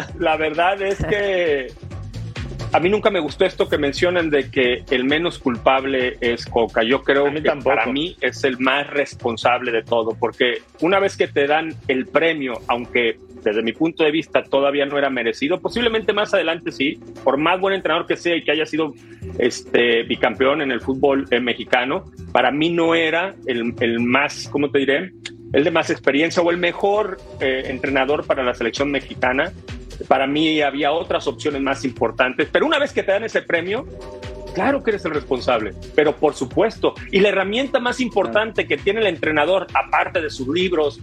es que a mí nunca me gustó esto que mencionan de que el menos culpable es Coca. Yo creo que para mí es el más responsable de todo, porque una vez que te dan el premio, aunque desde mi punto de vista todavía no era merecido, posiblemente más adelante sí, por más buen entrenador que sea y que haya sido bicampeón en el fútbol mexicano, para mí no era el más, ¿cómo te diré?, el de más experiencia o el mejor entrenador para la selección mexicana. Para mí había otras opciones más importantes, pero una vez que te dan ese premio, claro que eres el responsable, pero por supuesto. Y la herramienta más importante que tiene el entrenador, aparte de sus libros,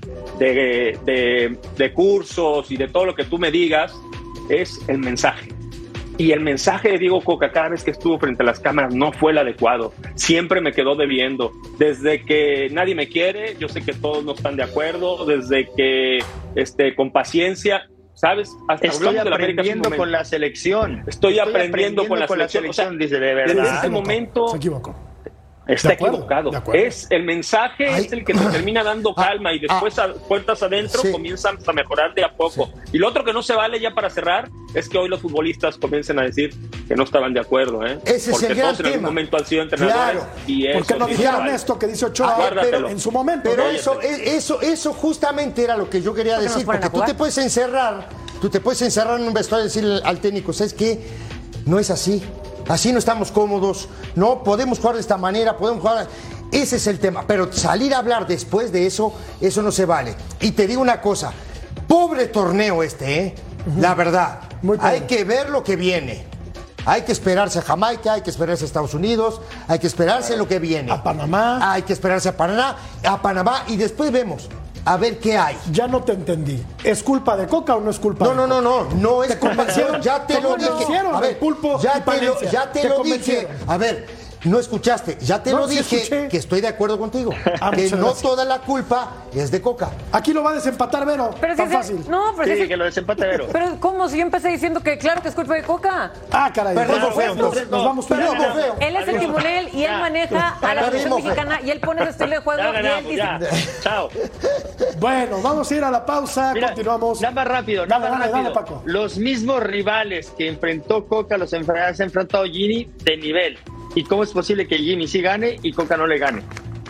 de cursos y de todo lo que tú me digas, es el mensaje. Y el mensaje de Diego Coca cada vez que estuvo frente a las cámaras no fue el adecuado. Siempre me quedó debiendo. Desde que nadie me quiere, yo sé que todos no están de acuerdo, desde que con paciencia, ¿sabes? Hasta estoy aprendiendo con la selección. Estoy aprendiendo con la selección. O sea, dice, de verdad. Desde este momento se equivocó. Está equivocado. Es el mensaje, es el que te termina dando calma y después a puertas adentro comienzan a mejorar de a poco. Y lo otro que no se vale, ya para cerrar, es que hoy los futbolistas comiencen a decir que no estaban de acuerdo, ¿eh? Ese porque es el todos gran en algún tema. momento han sido entrenadores. Claro. Y eso ¿Por qué no dijeron esto que dice Ochoa pero en su momento? Pero eso justamente era lo que yo quería decir, porque tú te puedes encerrar en un vestuario y decirle al técnico, ¿sabes qué? No es así. Así no estamos cómodos, no podemos jugar de esta manera, podemos jugar. Ese es el tema, pero salir a hablar después de eso no se vale. Y te digo una cosa, pobre torneo la verdad. Hay que ver lo que viene. Hay que esperarse a Jamaica, hay que esperarse a Estados Unidos, hay que esperarse lo que viene. A Panamá. Hay que esperarse a Panamá y después vemos. A ver qué hay. Ya no te entendí. ¿Es culpa de Coca o no es culpa de Coca? No es culpa de Coca. Ya te lo dije. A ver, Pulpo ya te lo dije. A ver, no escuchaste. Ya te lo dije que estoy de acuerdo contigo. Que no toda la culpa es de Coca. Aquí lo va a desempatar Vero. Pero tan fácil. No, pero sí, que lo desempate Vero. Pero ¿cómo? Si yo empecé diciendo que claro que es culpa de Coca. Ah, caray. Perdón, feo. Nos vamos feo. Él es el timonel y él maneja a la selección mexicana y él pone el estilo de juego y él dice... Chao. Bueno, vamos a ir a la pausa. Mira, continuamos. Nada más rápido. Dale, Paco. Los mismos rivales que enfrentó Coca los ha enfrentado Gini de nivel. ¿Y cómo es posible que Jimmy sí gane y Coca no le gane?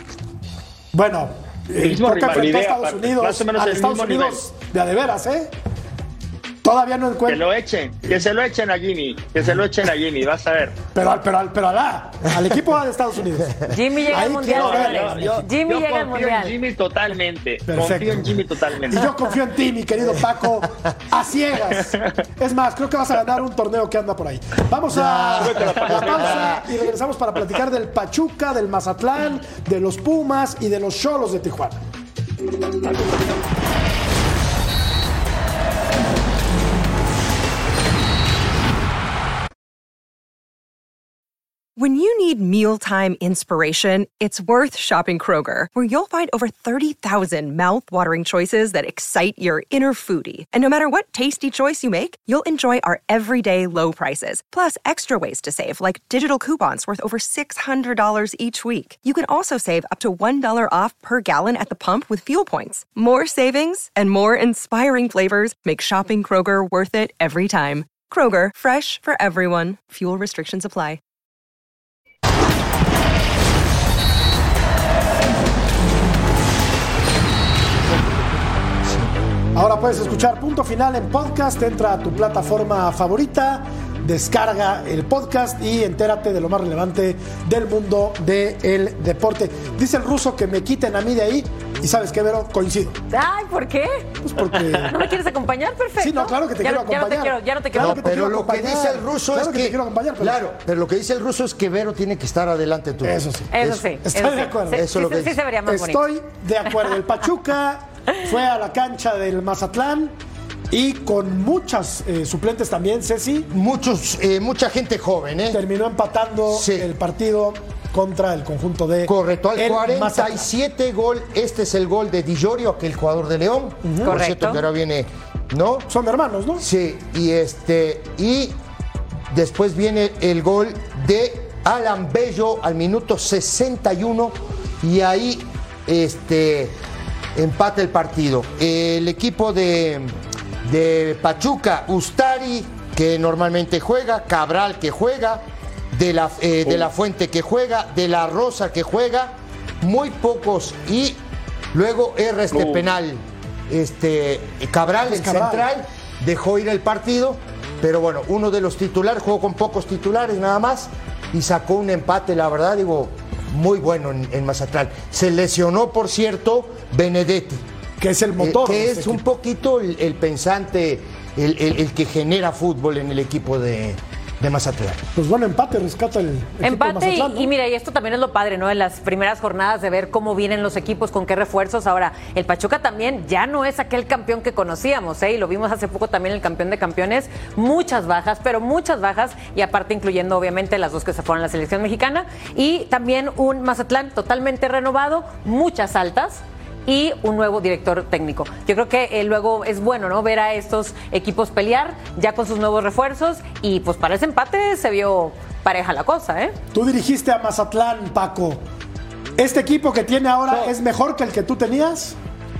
Bueno, Coca enfrentó a Estados Unidos, más o menos el Estados mismo Unidos de a de veras, ¿eh? Todavía no encuentro. Que se lo echen a Jimmy, vas a ver. Pero al equipo de Estados Unidos. Jimmy llega al mundial. Yo confío en Jimmy totalmente. Perfecto. Confío en Jimmy totalmente. Y yo confío en ti, mi querido Paco, a ciegas. Es más, creo que vas a ganar un torneo que anda por ahí. Vamos a la pausa y regresamos para platicar del Pachuca, del Mazatlán, de los Pumas y de los Xolos de Tijuana. When you need mealtime inspiration, it's worth shopping Kroger, where you'll find over 30,000 mouth-watering choices that excite your inner foodie. And no matter what tasty choice you make, you'll enjoy our everyday low prices, plus extra ways to save, like digital coupons worth over $600 each week. You can also save up to $1 off per gallon at the pump with fuel points. More savings and more inspiring flavors make shopping Kroger worth it every time. Kroger, fresh for everyone. Fuel restrictions apply. Ahora puedes escuchar Punto Final en podcast. Entra a tu plataforma favorita, descarga el podcast y entérate de lo más relevante del mundo del deporte. Dice el ruso que me quiten a mí de ahí y ¿sabes qué, Vero? Coincido. Ay, ¿por qué? Pues porque... ¿No me quieres acompañar? Perfecto. Sí, no, claro que te quiero acompañar. Ya no te quiero. No, pero lo que dice el ruso es que... te quiero acompañar. Claro, pero lo que dice el ruso es que Vero tiene que estar adelante tú. Eso sí. Eso sí. Estoy de acuerdo. Eso es lo que sí se vería más bonito. Estoy de acuerdo. El Pachuca fue a la cancha del Mazatlán y con muchas suplentes también, Ceci. Mucha gente joven, ¿eh? Terminó empatando el partido contra el conjunto de... Correcto, al 47 Mazatlán. gol. Este es el gol de Di Llorio, aquel jugador de León. Por cierto, que ahora viene, ¿no? Son hermanos, ¿no? Sí, y después viene el gol de Alan Bello al minuto 61 y ahí empata el partido. El equipo de Pachuca, Ustari, que normalmente juega, Cabral, que juega, de la Fuente, que juega, de la Rosa, que juega, muy pocos, y luego erra penal. Cabral, el central, dejó ir el partido, pero bueno, uno de los titulares, jugó con pocos titulares nada más, y sacó un empate, la verdad, muy bueno en Mazatlán. Se lesionó, por cierto, Benedetti, que es el motor. Que es un poquito el pensante, el que genera fútbol en el equipo de de Mazatlán. Pues bueno, empate, rescata el equipo empate de Mazatlán, ¿no? y mira, y esto también es lo padre, ¿no? En las primeras jornadas de ver cómo vienen los equipos, con qué refuerzos. Ahora, el Pachuca también ya no es aquel campeón que conocíamos, ¿eh? Y lo vimos hace poco también el campeón de campeones. Muchas bajas, pero muchas bajas, y aparte incluyendo obviamente las dos que se fueron a la selección mexicana. Y también un Mazatlán totalmente renovado, muchas altas y un nuevo director técnico. Yo creo que luego es bueno, ¿no? Ver a estos equipos pelear ya con sus nuevos refuerzos, y pues para ese empate se vio pareja la cosa, ¿eh? Tú dirigiste a Mazatlán, Paco. ¿Este equipo que tiene ahora es mejor que el que tú tenías?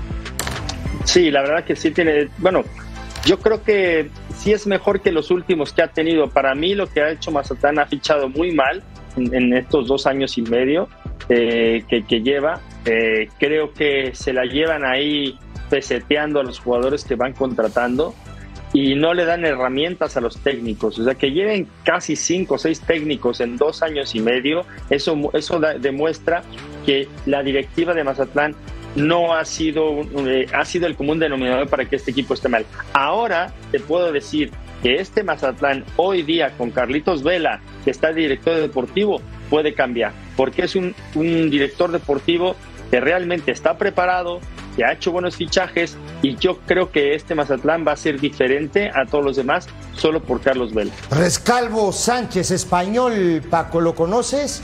Sí, la verdad que sí tiene... Bueno, yo creo que sí es mejor que los últimos que ha tenido. Para mí lo que ha hecho Mazatlán, ha fichado muy mal en estos 2 años y medio que lleva. Creo que se la llevan ahí peseteando a los jugadores que van contratando y no le dan herramientas a los técnicos. O sea, que lleven casi 5 o 6 técnicos en 2 años y medio, eso demuestra que la directiva de Mazatlán no ha sido el común denominador para que este equipo esté mal. Ahora te puedo decir que este Mazatlán hoy día con Carlitos Vela, que está director deportivo, puede cambiar, porque es un director deportivo que realmente está preparado, que ha hecho buenos fichajes, y yo creo que este Mazatlán va a ser diferente a todos los demás solo por Carlos Vela. Rescalvo Sánchez, español, Paco, ¿lo conoces?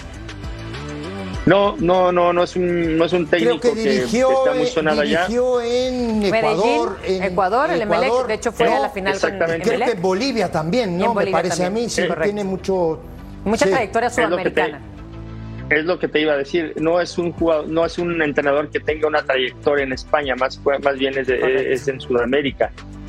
No es un técnico que está muy sonado allá. Dirigió en Ecuador. Ecuador, el Emelec, de hecho fue a la final con Emelec. Creo que en Bolivia también, ¿no? Me parece también. A mí, sí, tiene mucha trayectoria sudamericana. Es lo que te iba a decir, no es un entrenador que tenga una trayectoria en España, más bien es en Sudamérica.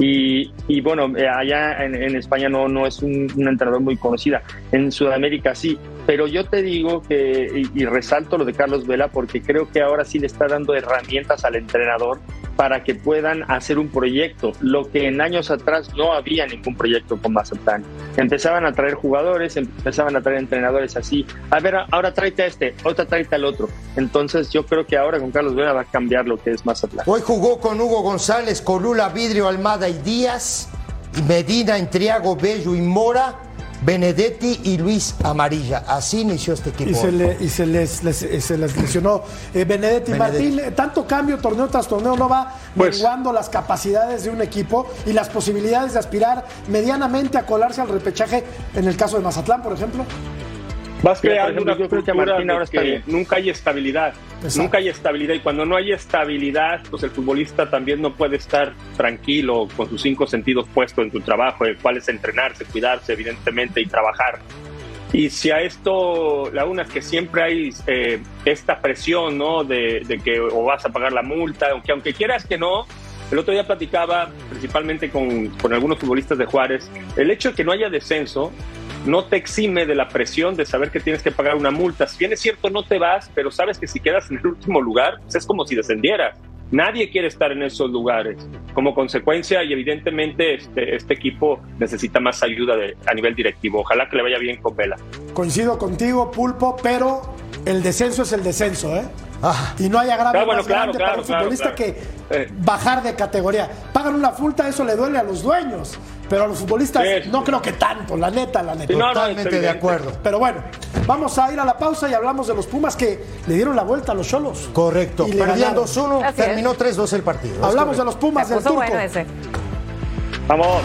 Y bueno, allá en España no es un entrenador muy conocida, en Sudamérica sí, pero yo te digo que, y resalto lo de Carlos Vela, porque creo que ahora sí le está dando herramientas al entrenador para que puedan hacer un proyecto, lo que en años atrás no había ningún proyecto con Mazatlán. Empezaban a traer jugadores, empezaban a traer entrenadores así, a ver, ahora tráete a este, otra tráete al otro. Entonces yo creo que ahora con Carlos Vela va a cambiar lo que es Mazatlán. Hoy jugó con Hugo González, Colula, Vidrio, Almada y Díaz, y Medina, Entriago, Bello y Mora, Benedetti y Luis Amarilla. Así inició este equipo. Y se les lesionó Benedetti. Martín, tanto cambio torneo tras torneo no va menguando las capacidades de un equipo y las posibilidades de aspirar medianamente a colarse al repechaje, en el caso de Mazatlán, por ejemplo. Vas creando una cultura de que nunca hay estabilidad. Exacto. Nunca hay estabilidad, y cuando no hay estabilidad, pues el futbolista también no puede estar tranquilo con sus 5 sentidos puestos en su trabajo, el cual es entrenarse, cuidarse, evidentemente, y trabajar. Y si a esto la una es que siempre hay esta presión, ¿no? De que o vas a pagar la multa, aunque quieras que no. El otro día platicaba principalmente con algunos futbolistas de Juárez, el hecho de que no haya descenso no te exime de la presión de saber que tienes que pagar una multa. Si bien es cierto, no te vas, pero sabes que si quedas en el último lugar, pues es como si descendieras. Nadie quiere estar en esos lugares. Como consecuencia, y evidentemente este equipo necesita más ayuda a nivel directivo. Ojalá que le vaya bien con Vela. Coincido contigo, Pulpo, pero el descenso es el descenso, ¿eh? Y no hay agravio más grande para un futbolista que bajar de categoría. Pagan una multa, eso le duele a los dueños, pero a los futbolistas no creo que tanto, la neta. Sí, totalmente de acuerdo. Pero bueno, vamos a ir a la pausa y hablamos de los Pumas que le dieron la vuelta a los Xolos. Correcto, perdían 2-1, terminó 3-2 el partido. Hablamos de los Pumas del Turco. Bueno ese. Vamos.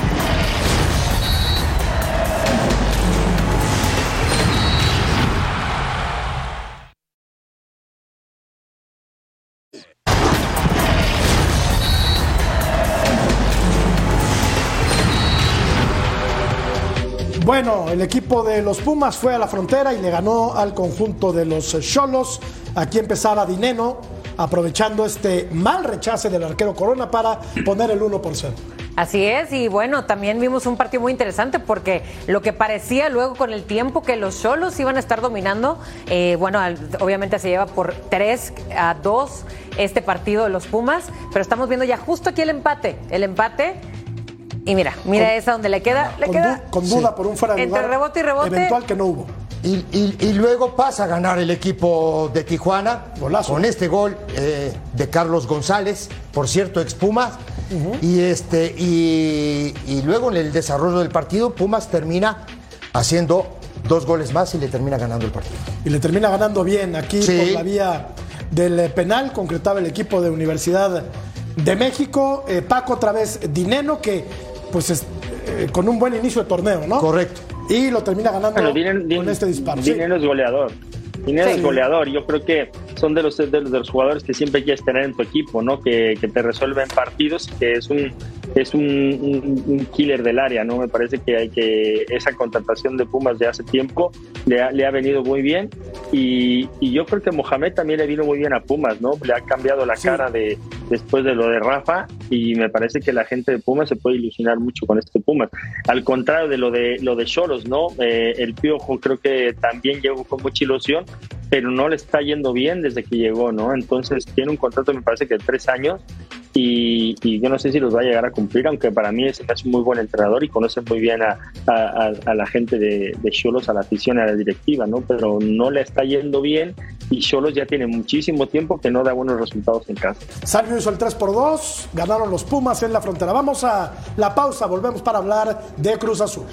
Bueno, el equipo de los Pumas fue a la frontera y le ganó al conjunto de los Xolos. Aquí empezaba Dineno, aprovechando este mal rechace del arquero Corona para poner el 1-0. Así es, y bueno, también vimos un partido muy interesante porque lo que parecía luego con el tiempo que los Xolos iban a estar dominando, obviamente se lleva por 3-2 este partido de los Pumas, pero estamos viendo ya justo aquí el empate. Y mira esa donde le queda. Con duda por un fuera de lugar. Entre rebote y rebote. Eventual que no hubo. Y luego pasa a ganar el equipo de Tijuana. Golazo. Con este gol de Carlos González, por cierto, ex Pumas. Y luego en el desarrollo del partido, Pumas termina haciendo 2 goles más y le termina ganando el partido. Y le termina ganando bien aquí Sí. por la vía del penal, concretaba el equipo de Universidad de México. Paco, otra vez Dineno, que pues es, con un buen inicio de torneo, ¿no? Correcto. Y lo termina ganando con este disparo. Sí. Dineno es goleador. Dinero es goleador. Yo creo que son de los jugadores que siempre quieres tener en tu equipo, ¿no? Que te resuelven partidos, que es un killer del área, ¿no? Me parece que esa contratación de Pumas de hace tiempo le ha venido muy bien, y yo creo que Mohamed también le vino muy bien a Pumas, ¿no? Le ha cambiado la cara después de lo de Rafa, y me parece que la gente de Pumas se puede ilusionar mucho con este Pumas. Al contrario de lo de Xolos, ¿no? El Piojo creo que también llegó con mucha ilusión, pero no le está yendo bien desde que llegó, ¿no? Entonces tiene un contrato, me parece que de 3 años, y yo no sé si los va a llegar a cumplir, aunque para mí es un muy buen entrenador y conoce muy bien a la gente de Xolos, a la afición, a la directiva, ¿no? Pero no le está yendo bien, y Xolos ya tiene muchísimo tiempo que no da buenos resultados en casa. Salvio hizo el 3-2, ganaron los Pumas en la frontera. Vamos a la pausa, volvemos para hablar de Cruz Azul.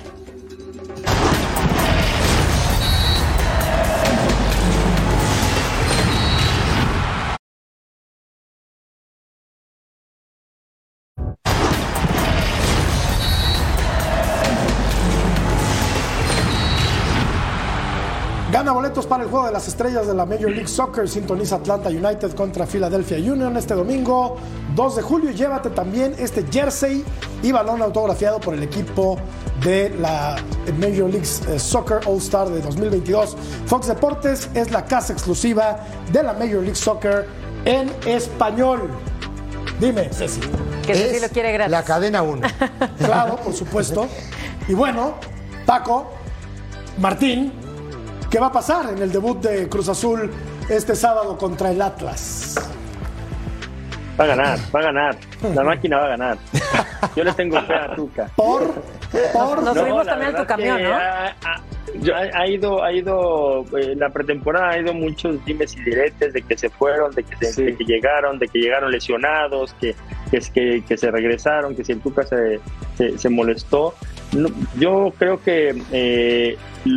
Gana boletos para el Juego de las Estrellas de la Major League Soccer. Sintoniza Atlanta United contra Philadelphia Union este domingo 2 de julio. Y llévate también este jersey y balón autografiado por el equipo de la Major League Soccer All-Star de 2022. Fox Deportes es la casa exclusiva de la Major League Soccer en español. Dime, Ceci. Que Ceci lo quiere gratis. La cadena 1. Claro, por supuesto. Y bueno, Paco, Martín, ¿qué va a pasar en el debut de Cruz Azul este sábado contra el Atlas? Va a ganar. La máquina va a ganar. Yo le tengo fe a Tuca. Nos subimos también a tu camión, ¿no? Ha ido la pretemporada, ha ido muchos dimes y diretes de que se fueron, de que llegaron lesionados, que se regresaron, que si el Tuca se molestó. No, yo creo que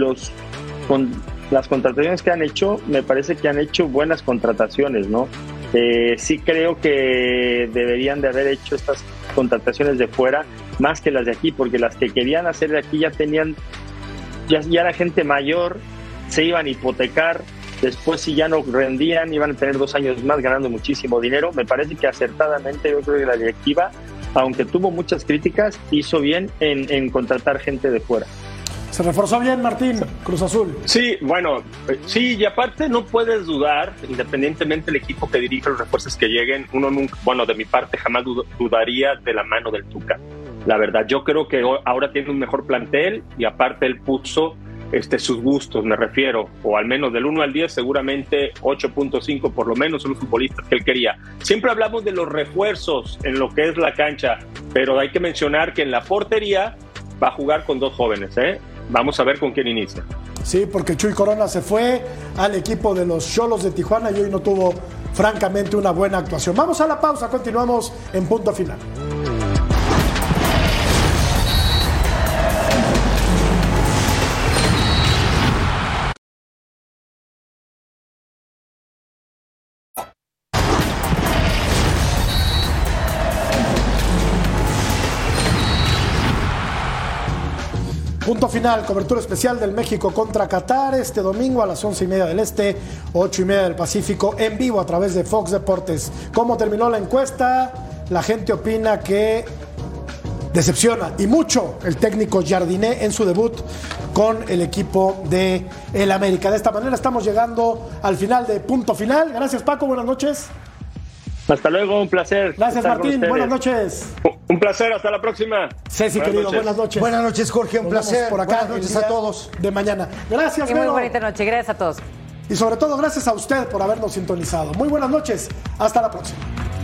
las contrataciones que han hecho, me parece que han hecho buenas contrataciones, ¿no? Sí creo que deberían de haber hecho estas contrataciones de fuera más que las de aquí, porque las que querían hacer de aquí ya era gente mayor, se iban a hipotecar, después si ya no rendían iban a tener 2 años más ganando muchísimo dinero. Me parece que acertadamente yo creo que la directiva, aunque tuvo muchas críticas, hizo bien en contratar gente de fuera. Se reforzó bien, Martín, Cruz Azul. Sí, bueno, sí, y aparte no puedes dudar, independientemente del equipo que dirige, los refuerzos que lleguen, uno nunca, bueno, de mi parte jamás dudaría de la mano del Tuca. La verdad, yo creo que ahora tiene un mejor plantel, y aparte él puso sus gustos, me refiero, o al menos del 1 al 10, seguramente 8.5 por lo menos son los futbolistas que él quería. Siempre hablamos de los refuerzos en lo que es la cancha, pero hay que mencionar que en la portería va a jugar con 2 jóvenes, ¿eh? Vamos a ver con quién inicia. Sí, porque Chuy Corona se fue al equipo de los Xolos de Tijuana y hoy no tuvo, francamente, una buena actuación. Vamos a la pausa, continuamos en Punto Final. Punto Final, cobertura especial del México contra Qatar este domingo a las 11:30 del Este, 8:30 del Pacífico, en vivo a través de Fox Deportes. ¿Cómo terminó la encuesta? La gente opina que decepciona y mucho el técnico Jardiné en su debut con el equipo de el América. De esta manera estamos llegando al final de Punto Final. Gracias, Paco, buenas noches. Hasta luego, un placer. Gracias, Martín, buenas noches. Un placer, hasta la próxima. Ceci, querido, buenas noches. Buenas noches, Jorge, un placer. Por acá, buenas noches a todos. De mañana. Gracias, Muy bonita noche, gracias a todos. Y sobre todo, gracias a usted por habernos sintonizado. Muy buenas noches, hasta la próxima.